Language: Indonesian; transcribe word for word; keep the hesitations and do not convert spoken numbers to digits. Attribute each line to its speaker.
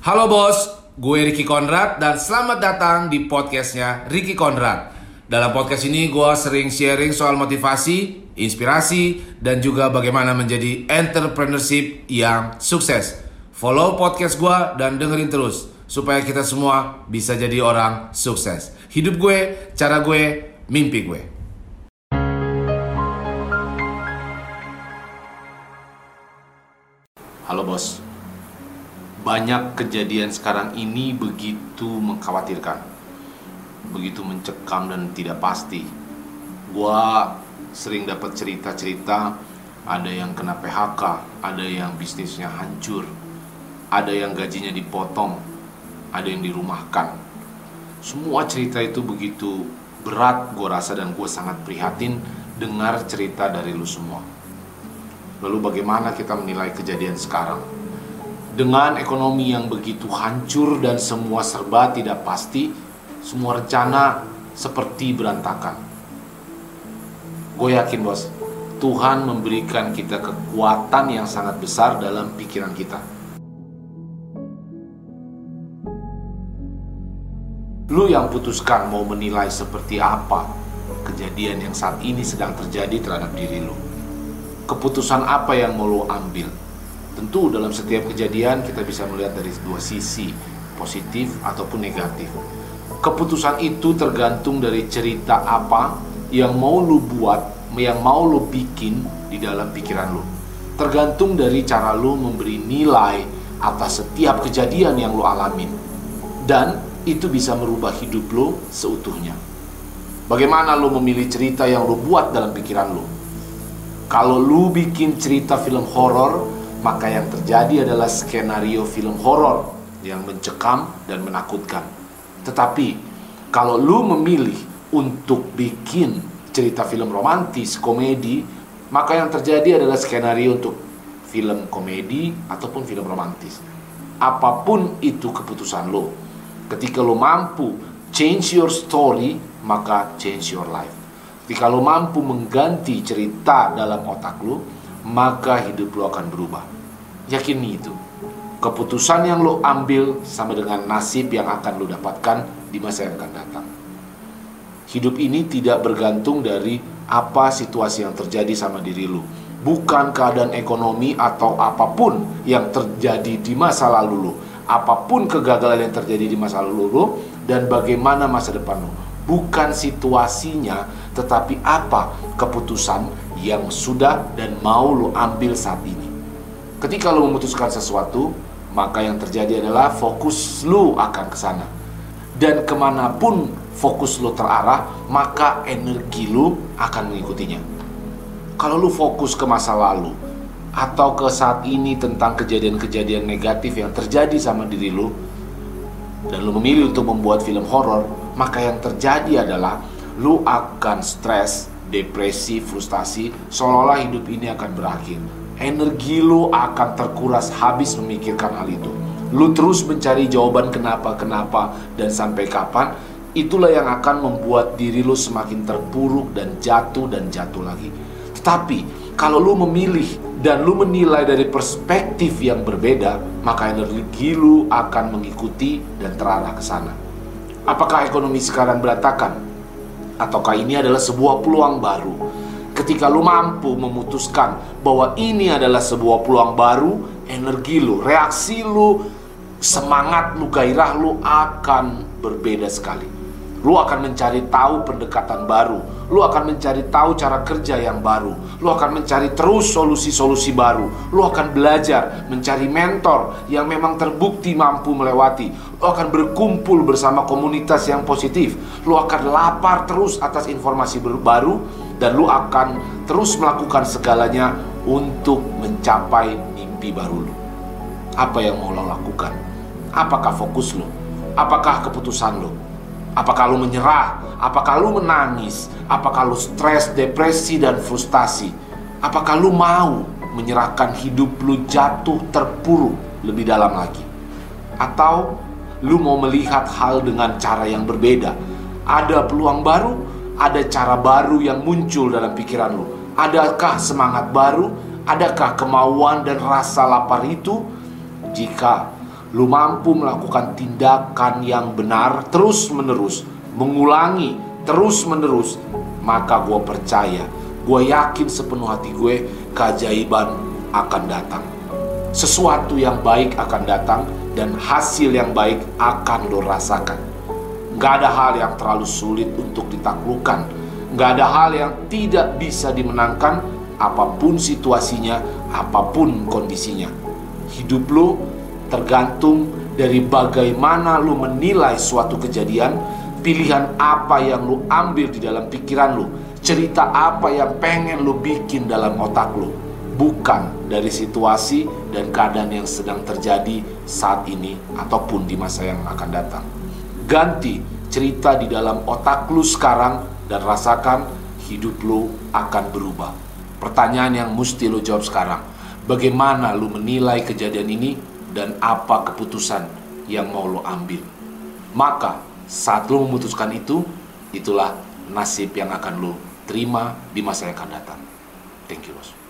Speaker 1: Halo bos, gue Ricky Conrad dan selamat datang di podcastnya Ricky Conrad. Dalam podcast ini gue sering sharing soal motivasi, inspirasi, dan juga bagaimana menjadi entrepreneurship yang sukses. Follow podcast gue dan dengerin terus supaya kita semua bisa jadi orang sukses. Hidup gue, cara gue, mimpi gue. Halo bos. Banyak kejadian sekarang ini begitu mengkhawatirkan, begitu mencekam dan tidak pasti. Gua sering dapat cerita-cerita, ada yang kena P H K, ada yang bisnisnya hancur, ada yang gajinya dipotong, ada yang dirumahkan. Semua cerita itu begitu berat gua rasa, dan gua sangat prihatin dengar cerita dari lu semua. Lalu bagaimana kita menilai kejadian sekarang? Dengan ekonomi yang begitu hancur dan semua serba tidak pasti, semua rencana seperti berantakan. Gue yakin bos, Tuhan memberikan kita kekuatan yang sangat besar dalam pikiran kita. Lu yang putuskan mau menilai seperti apa kejadian yang saat ini sedang terjadi terhadap diri lu. Keputusan apa yang mau lu ambil? Tentu dalam setiap kejadian kita bisa melihat dari dua sisi, positif ataupun negatif. Keputusan itu tergantung dari cerita apa yang mau lu buat, yang mau lu bikin di dalam pikiran lu. Tergantung dari cara lu memberi nilai atas setiap kejadian yang lu alamin. Dan itu bisa merubah hidup lu seutuhnya. Bagaimana lu memilih cerita yang lu buat dalam pikiran lu? Kalau lu bikin cerita film horor, maka yang terjadi adalah skenario film horor yang mencekam dan menakutkan. Tetapi kalau lu memilih untuk bikin cerita film romantis, komedi, maka yang terjadi adalah skenario untuk film komedi ataupun film romantis. Apapun itu keputusan lo. Ketika lo mampu change your story, maka change your life. Ketika lo mampu mengganti cerita dalam otak lo, maka hidup lo akan berubah. Yakini itu. Keputusan yang lo ambil sama dengan nasib yang akan lo dapatkan di masa yang akan datang. Hidup ini tidak bergantung dari apa situasi yang terjadi sama diri lo. Bukan keadaan ekonomi atau apapun yang terjadi di masa lalu lo. Apapun kegagalan yang terjadi di masa lalu lo, dan bagaimana masa depan lo. Bukan situasinya, tetapi apa keputusan yang sudah dan mau lo ambil saat ini. Ketika lo memutuskan sesuatu, maka yang terjadi adalah fokus lo akan ke sana. Dan kemanapun fokus lo terarah, maka energi lo akan mengikutinya. Kalau lo fokus ke masa lalu atau ke saat ini tentang kejadian-kejadian negatif yang terjadi sama diri lo, dan lo memilih untuk membuat film horor, maka yang terjadi adalah lo akan stres, depresi, frustasi, seolah-olah hidup ini akan berakhir. Energi lu akan terkuras habis memikirkan hal itu. Lu terus mencari jawaban kenapa-kenapa dan sampai kapan. Itulah yang akan membuat diri lu semakin terpuruk dan jatuh dan jatuh lagi. Tetapi kalau lu memilih dan lu menilai dari perspektif yang berbeda, maka energi lu akan mengikuti dan terarah ke sana. Apakah ekonomi sekarang berantakan? Ataukah ini adalah sebuah peluang baru? Ketika lu mampu memutuskan bahwa ini adalah sebuah peluang baru, energi lu, reaksi lu, semangat lu, gairah lu akan berbeda sekali. Lu akan mencari tahu pendekatan baru. Lu akan mencari tahu cara kerja yang baru. Lu akan mencari terus solusi-solusi baru. Lu akan belajar mencari mentor yang memang terbukti mampu melewati. Lu akan berkumpul bersama komunitas yang positif. Lu akan lapar terus atas informasi baru. Dan lu akan terus melakukan segalanya untuk mencapai mimpi baru lu. Apa yang mau lo lakukan? Apakah fokus lu? Apakah keputusan lu? Apakah lu menyerah? Apakah lu menangis? Apakah lu stres, depresi, dan frustasi? Apakah lu mau menyerahkan hidup lu jatuh terpuruk lebih dalam lagi? Atau lu mau melihat hal dengan cara yang berbeda? Ada peluang baru? Ada cara baru yang muncul dalam pikiran lu? Adakah semangat baru? Adakah kemauan dan rasa lapar itu? Jika lu mampu melakukan tindakan yang benar terus-menerus, mengulangi terus-menerus, maka gue percaya, gue yakin sepenuh hati gue, keajaiban akan datang. Sesuatu yang baik akan datang dan hasil yang baik akan lo rasakan. Gak ada hal yang terlalu sulit untuk ditaklukkan. Gak ada hal yang tidak bisa dimenangkan, apapun situasinya, apapun kondisinya. Hidup lo tergantung dari bagaimana lo menilai suatu kejadian, pilihan apa yang lo ambil di dalam pikiran lo, cerita apa yang pengen lo bikin dalam otak lo, bukan dari situasi dan keadaan yang sedang terjadi saat ini ataupun di masa yang akan datang. Ganti cerita di dalam otak lo sekarang dan rasakan hidup lo akan berubah. Pertanyaan yang mesti lo jawab sekarang, bagaimana lo menilai kejadian ini dan apa keputusan yang mau lo ambil. Maka saat lo memutuskan itu, itulah nasib yang akan lo terima di masa yang akan datang. Thank you, bos.